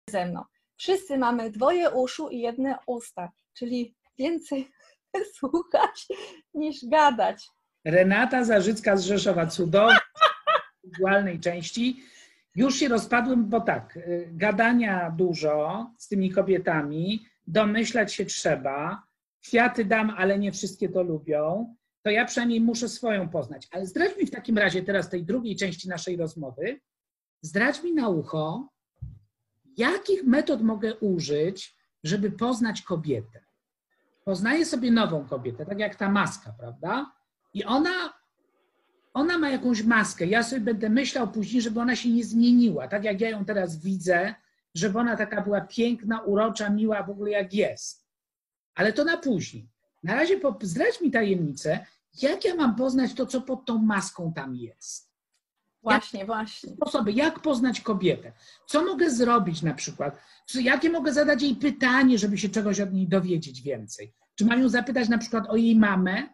ze mną. Wszyscy mamy 2 uszu i 1 usta, czyli więcej słuchać niż gadać. Renata Zarzycka z Rzeszowa, cudowna, w indywidualnej części. Już się rozpadłem, bo tak, gadania dużo z tymi kobietami, domyślać się trzeba, kwiaty dam, ale nie wszystkie to lubią, to ja przynajmniej muszę swoją poznać. Ale zdradź mi w takim razie teraz tej drugiej części naszej rozmowy, zdradź mi na ucho, jakich metod mogę użyć, żeby poznać kobietę. Poznaję sobie nową kobietę, tak jak ta maska, prawda? I ona ma jakąś maskę. Ja sobie będę myślał później, żeby ona się nie zmieniła, tak jak ja ją teraz widzę, żeby ona taka była piękna, urocza, miła w ogóle jak jest. Ale to na później. Na razie zdradź mi tajemnicę, jak ja mam poznać to, co pod tą maską tam jest. Właśnie. Sposoby, jak poznać kobietę. Co mogę zrobić na przykład? Jakie mogę zadać jej pytanie, żeby się czegoś od niej dowiedzieć więcej? Czy mam ją zapytać na przykład o jej mamę?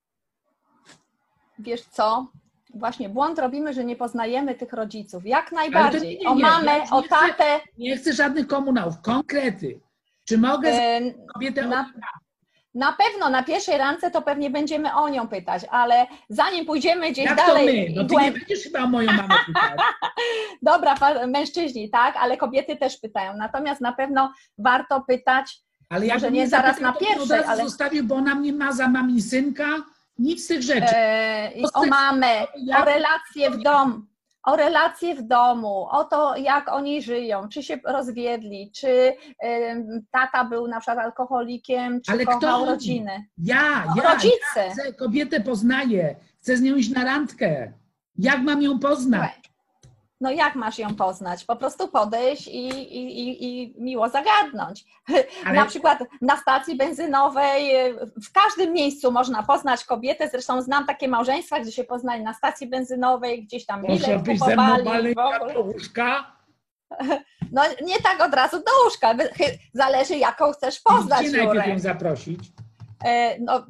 Wiesz co? Właśnie błąd robimy, że nie poznajemy tych rodziców. Jak najbardziej. O mamę, o tatę. Nie chcę żadnych komunałów. Konkrety. Czy mogę kobietę na pewno na pierwszej randce to pewnie będziemy o nią pytać, ale zanim pójdziemy gdzieś jak dalej... To my? No ty nie będziesz chyba o moją mamę pytać. Dobra, mężczyźni, tak, ale kobiety też pytają. Natomiast na pewno warto pytać, ale może nie zaraz na pierwszej, ale... zostawię, bo ona mnie ma za mami synka, nic z tych rzeczy. O mamę, o relacje w domu. O relacje w domu, o to, jak oni żyją, czy się rozwiedli, czy tata był na przykład alkoholikiem, czy ale kochał rodzinę. Rodzice. Ja chcę kobietę poznaję, chcę z nią iść na randkę. Jak mam ją poznać? No jak masz ją poznać? Po prostu podejść i miło zagadnąć. Ale... Na przykład na stacji benzynowej, w każdym miejscu można poznać kobietę, zresztą znam takie małżeństwa, gdzie się poznali na stacji benzynowej, gdzieś tam bilet kupowali. Do łóżka? No nie tak od razu do łóżka, zależy jaką chcesz poznać. Gdzie najpierw ją zaprosić? No,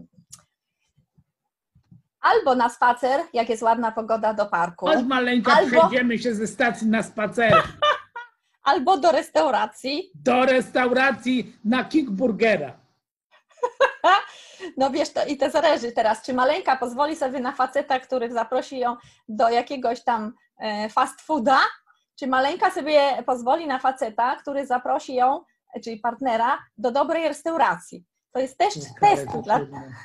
albo na spacer, jak jest ładna pogoda, do parku. Chodź maleńka, przejdziemy się ze stacji na spacer. Albo do restauracji. Do restauracji na kickburgera. No wiesz, to zależy teraz, czy maleńka pozwoli sobie na faceta, który zaprosi ją do jakiegoś tam fast fooda, czy maleńka sobie pozwoli na faceta, który zaprosi ją, czyli partnera, do dobrej restauracji. To jest też test dla...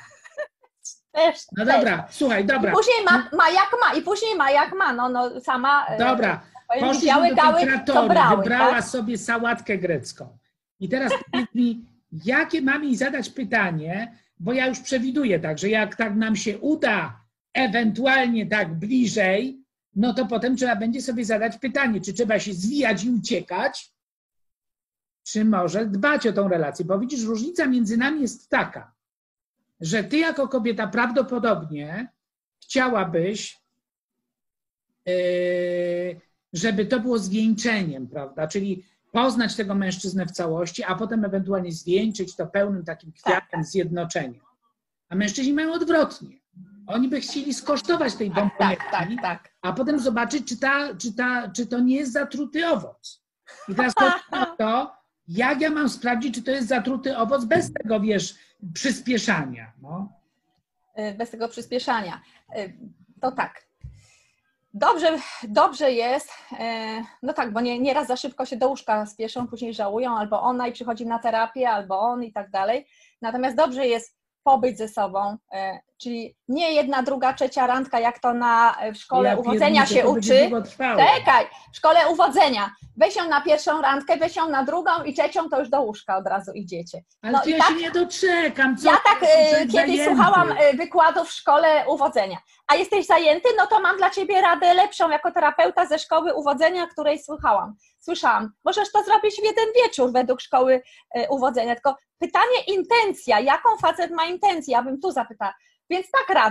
No dobra, słuchaj, dobra. I później ma jak ma, no sama... Dobra, widziały gały, co brały. Wybrała tak? sobie sałatkę grecką. I teraz powiedz mi, jakie mam jej zadać pytanie, bo ja już przewiduję tak, że jak tak nam się uda ewentualnie tak bliżej, no to potem trzeba będzie sobie zadać pytanie, czy trzeba się zwijać i uciekać, czy może dbać o tą relację. Bo widzisz, różnica między nami jest taka, że ty jako kobieta prawdopodobnie chciałabyś, żeby to było zwieńczeniem, prawda? Czyli poznać tego mężczyznę w całości, a potem ewentualnie zwieńczyć to pełnym takim kwiatem zjednoczeniem. A mężczyźni mają odwrotnie. Oni by chcieli skosztować tej bombonierki, a potem zobaczyć, czy to nie jest zatruty owoc. I teraz chodzi o to, jak ja mam sprawdzić, czy to jest zatruty owoc bez tego, wiesz, przyspieszania. No. Bez tego przyspieszania. To tak. Dobrze jest, no tak, bo nieraz za szybko się do łóżka spieszą, później żałują, albo ona i przychodzi na terapię, albo on i tak dalej. Natomiast dobrze jest pobyć ze sobą, czyli nie jedna, druga, trzecia randka, jak to w szkole uwodzenia się uczy. Czekaj, w szkole uwodzenia. Weź ją na pierwszą randkę, weź ją na drugą i trzecią, to już do łóżka od razu idziecie. Ale to ja się nie doczekam. Ja tak kiedyś słuchałam wykładów w szkole uwodzenia. A jesteś zajęty? No to mam dla ciebie radę lepszą jako terapeuta ze szkoły uwodzenia, której słyszałam. Możesz to zrobić w jeden wieczór według szkoły uwodzenia. Tylko pytanie intencja. Jaką facet ma intencję? Ja bym tu zapytała. Więc tak radzą.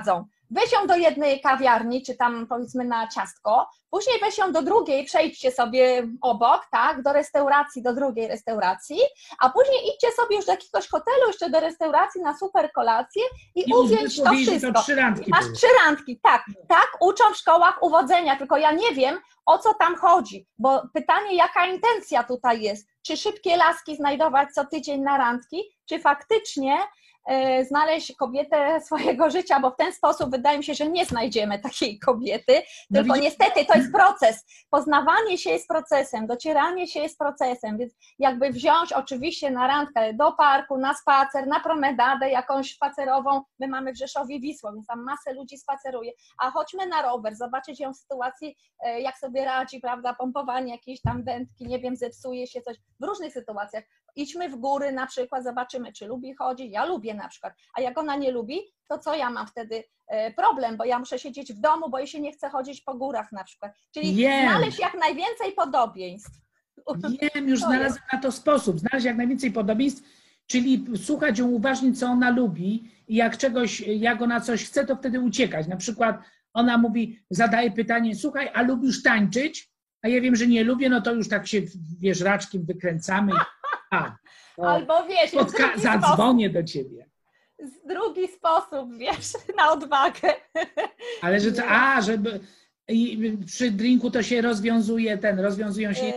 weź ją do jednej kawiarni, czy tam powiedzmy na ciastko, później weź ją do drugiej, przejdźcie sobie obok, tak, do restauracji, do drugiej restauracji, a później idźcie sobie już do jakiegoś hotelu, jeszcze do restauracji na super kolację i uwięź to wszystko. To 3 randki masz 3 randki, tak uczą w szkołach uwodzenia, tylko ja nie wiem, o co tam chodzi, bo pytanie, jaka intencja tutaj jest, czy szybkie laski znajdować co tydzień na randki, czy faktycznie znaleźć kobietę swojego życia, bo w ten sposób wydaje mi się, że nie znajdziemy takiej kobiety, tylko niestety to jest proces. Poznawanie się jest procesem, docieranie się jest procesem, więc jakby wziąć oczywiście na randkę do parku, na spacer, na promenadę jakąś spacerową, my mamy w Rzeszowie Wisłę, więc tam masę ludzi spaceruje, a chodźmy na rower, zobaczyć ją w sytuacji, jak sobie radzi, prawda, pompowanie jakiejś tam wędki, nie wiem, zepsuje się coś, w różnych sytuacjach. Idźmy w góry na przykład, zobaczymy, czy lubi chodzić, ja lubię na przykład, a jak ona nie lubi, to co ja mam wtedy problem, bo ja muszę siedzieć w domu, bo jej się nie chce chodzić po górach na przykład, czyli znaleźć jak najwięcej podobieństw. Już znalazłem na to sposób, znaleźć jak najwięcej podobieństw, czyli słuchać ją uważnie, co ona lubi i jak ona coś chce, to wtedy uciekać. Na przykład ona mówi, zadaje pytanie, słuchaj, a lubisz tańczyć? A ja wiem, że nie lubię, no to już tak się, wiesz, raczkiem wykręcamy. Albo wiesz, zadzwonię do ciebie. Drugi sposób, wiesz, na odwagę. Ale że żeby przy drinku to się rozwiązują się.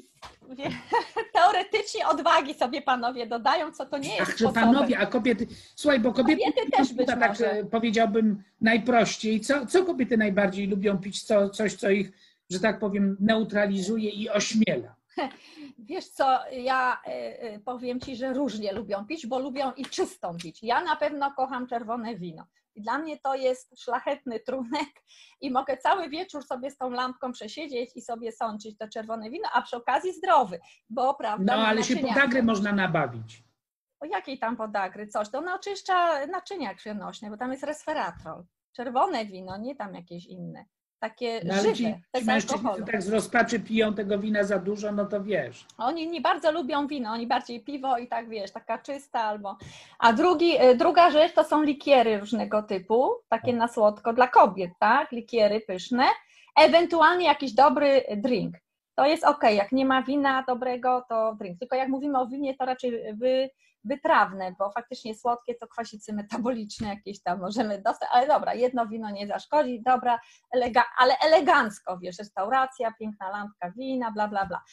Teoretycznie odwagi sobie panowie dodają, co to nie jest sposobem. Panowie, a kobiety, słuchaj, bo kobiety też być tak może. Powiedziałbym najprościej, co kobiety najbardziej lubią pić, coś, co ich, że tak powiem, neutralizuje i ośmiela. Wiesz co, ja powiem Ci, że różnie lubią pić, bo lubią i czystą pić. Ja na pewno kocham czerwone wino. I dla mnie to jest szlachetny trunek i mogę cały wieczór sobie z tą lampką przesiedzieć i sobie sączyć to czerwone wino, a przy okazji zdrowy, bo prawda... No ale się podagry można nabawić. O jakiej tam podagry? Coś, to oczyszcza naczynia krwionośne, bo tam jest resveratrol. Czerwone wino, nie tam jakieś inne. Takie żywe, ci bez mężczyźni, alkoholu. tak z rozpaczy piją tego wina za dużo, no to wiesz. Oni nie bardzo lubią wino, oni bardziej piwo i tak wiesz, taka czysta albo... A druga rzecz to są likiery różnego typu, takie na słodko dla kobiet, tak? Likiery pyszne, ewentualnie jakiś dobry drink. To jest okej, jak nie ma wina dobrego, to drink. Tylko jak mówimy o winie, to raczej wytrawne, bo faktycznie słodkie to kwasicy metaboliczne jakieś tam możemy dostać, ale dobra, jedno wino nie zaszkodzi, dobra, ale elegancko, wiesz, restauracja, piękna lampka wina, bla, bla, bla.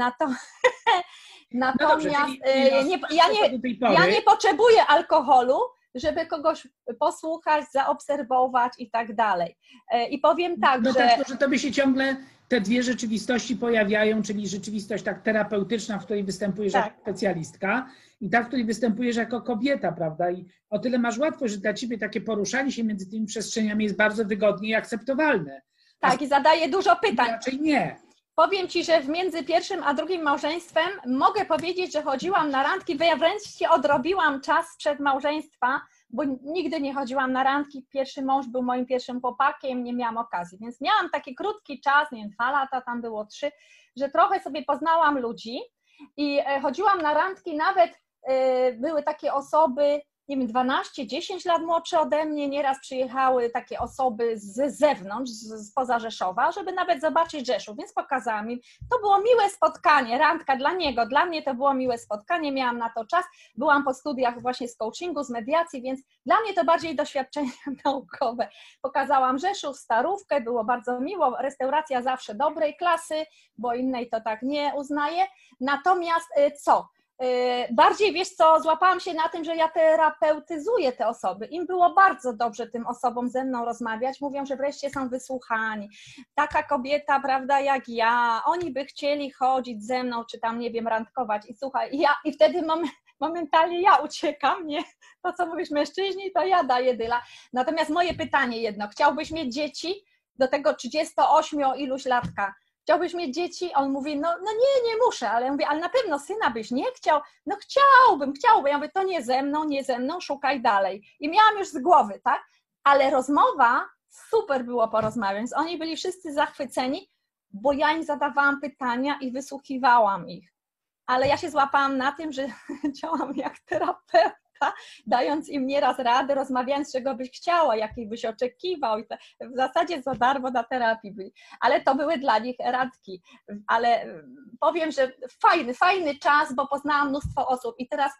Natomiast ja nie potrzebuję alkoholu, żeby kogoś posłuchać, zaobserwować i tak dalej. I powiem tak, że... Tak, że tobie się ciągle te dwie rzeczywistości pojawiają, czyli rzeczywistość tak terapeutyczna, w której występujesz jako specjalistka i ta, w której występujesz jako kobieta, prawda? I o tyle masz łatwość, że dla ciebie takie poruszanie się między tymi przestrzeniami jest bardzo wygodne i akceptowalne. Tak, i zadaję dużo pytań. Raczej nie. Powiem Ci, że między pierwszym a drugim małżeństwem mogę powiedzieć, że chodziłam na randki, ja wręcz się odrobiłam czas przed małżeństwa, bo nigdy nie chodziłam na randki. Pierwszy mąż był moim pierwszym chłopakiem, nie miałam okazji, więc miałam taki krótki czas, nie wiem, 2 lata, tam było 3, że trochę sobie poznałam ludzi i chodziłam na randki, nawet były takie osoby, nie wiem, 12-10 lat młodsze ode mnie, nieraz przyjechały takie osoby z zewnątrz, spoza Rzeszowa, żeby nawet zobaczyć Rzeszów, więc pokazałam im. To było miłe spotkanie, randka dla niego, dla mnie to było miłe spotkanie, miałam na to czas, byłam po studiach właśnie z coachingu, z mediacji, więc dla mnie to bardziej doświadczenia naukowe. Pokazałam Rzeszów, Starówkę, było bardzo miło, restauracja zawsze dobrej klasy, bo innej to tak nie uznaję. Natomiast bardziej, wiesz co, złapałam się na tym, że ja terapeutyzuję te osoby. Im było bardzo dobrze tym osobom ze mną rozmawiać. Mówią, że wreszcie są wysłuchani. Taka kobieta, prawda, jak ja, oni by chcieli chodzić ze mną, czy tam, nie wiem, randkować. I słuchaj, i wtedy momentalnie ja uciekam, nie? To, co mówisz, mężczyźni, to ja daję dyla. Natomiast moje pytanie jedno, chciałbyś mieć dzieci do tego 38 iluś latka? Chciałbyś mieć dzieci? On mówi, no nie muszę, ale ja mówię, ale na pewno syna byś nie chciał? No chciałbym. Ja mówię, to nie ze mną, szukaj dalej. I miałam już z głowy, tak? Ale rozmowa, super było porozmawiać, więc oni byli wszyscy zachwyceni, bo ja im zadawałam pytania i wysłuchiwałam ich. Ale ja się złapałam na tym, że działam jak terapeuta. dając im nieraz rady, rozmawiając, czego byś chciała, jakiej byś oczekiwał. I w zasadzie za darmo na terapii byli. Ale to były dla nich radki. Ale powiem, że fajny czas, bo poznałam mnóstwo osób. I teraz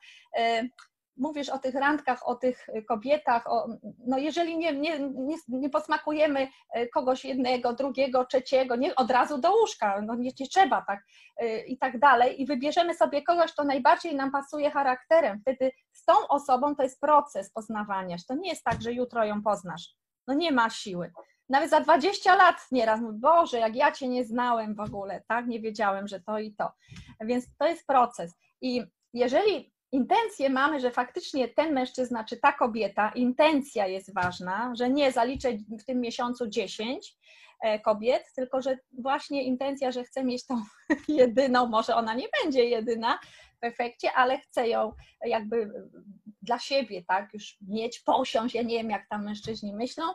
mówisz o tych randkach, o tych kobietach, no jeżeli nie posmakujemy kogoś jednego, drugiego, trzeciego, nie od razu do łóżka, no nie trzeba tak i tak dalej i wybierzemy sobie kogoś, kto najbardziej nam pasuje charakterem, wtedy z tą osobą to jest proces poznawania, to nie jest tak, że jutro ją poznasz, no nie ma siły. Nawet za 20 lat nieraz mówię, Boże, jak ja Cię nie znałem w ogóle, tak, nie wiedziałem, że to i to, więc to jest proces i jeżeli intencje mamy, że faktycznie ten mężczyzna czy ta kobieta, intencja jest ważna, że nie zaliczę w tym miesiącu 10 kobiet, tylko że właśnie intencja, że chcę mieć tą jedyną, może ona nie będzie jedyna w efekcie, ale chcę ją jakby dla siebie, tak, już mieć, posiąść, ja nie wiem jak tam mężczyźni myślą,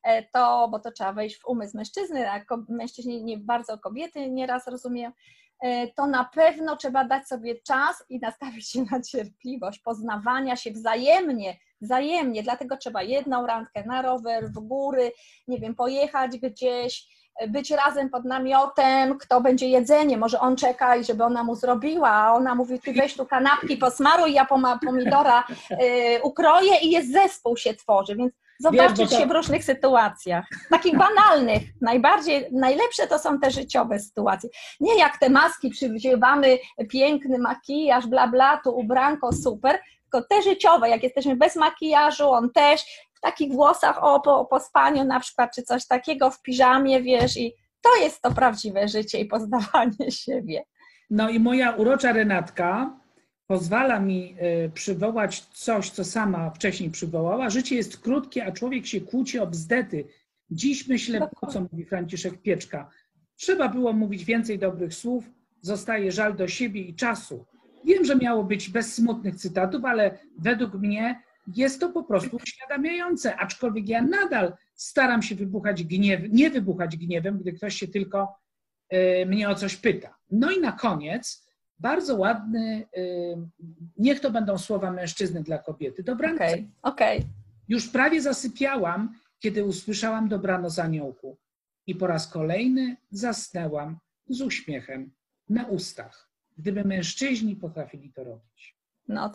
bo to trzeba wejść w umysł mężczyzny, a mężczyźni nie bardzo kobiety nieraz rozumieją, to na pewno trzeba dać sobie czas i nastawić się na cierpliwość, poznawania się wzajemnie, dlatego trzeba jedną randkę na rower, w góry, nie wiem, pojechać gdzieś, być razem pod namiotem, kto będzie jedzenie, może on czeka i żeby ona mu zrobiła, a ona mówi, ty weź tu kanapki posmaruj, ja pomidora ukroję i jest zespół się tworzy, więc zobaczyć się w różnych sytuacjach, takich banalnych, najlepsze to są te życiowe sytuacje. Nie jak te maski przywdziewamy, piękny makijaż, bla bla, tu ubranko, super, tylko te życiowe, jak jesteśmy bez makijażu, on też, w takich włosach, po spaniu na przykład, czy coś takiego, w piżamie, wiesz, i to jest to prawdziwe życie i poznawanie siebie. No i moja urocza Renatka pozwala mi przywołać coś, co sama wcześniej przywołała. Życie jest krótkie, a człowiek się kłóci o bzdety. Dziś myślę, po co mówi Franciszek Pieczka. Trzeba było mówić więcej dobrych słów, zostaje żal do siebie i czasu. Wiem, że miało być bez smutnych cytatów, ale według mnie jest to po prostu uświadamiające, aczkolwiek ja nadal staram się nie wybuchać gniewem, gdy ktoś się tylko mnie o coś pyta. No i na koniec bardzo ładny, niech to będą słowa mężczyzny dla kobiety. Dobranoc. Okay. Już prawie zasypiałam, kiedy usłyszałam dobranoc aniołku. I po raz kolejny zasnęłam z uśmiechem na ustach. Gdyby mężczyźni potrafili to robić. No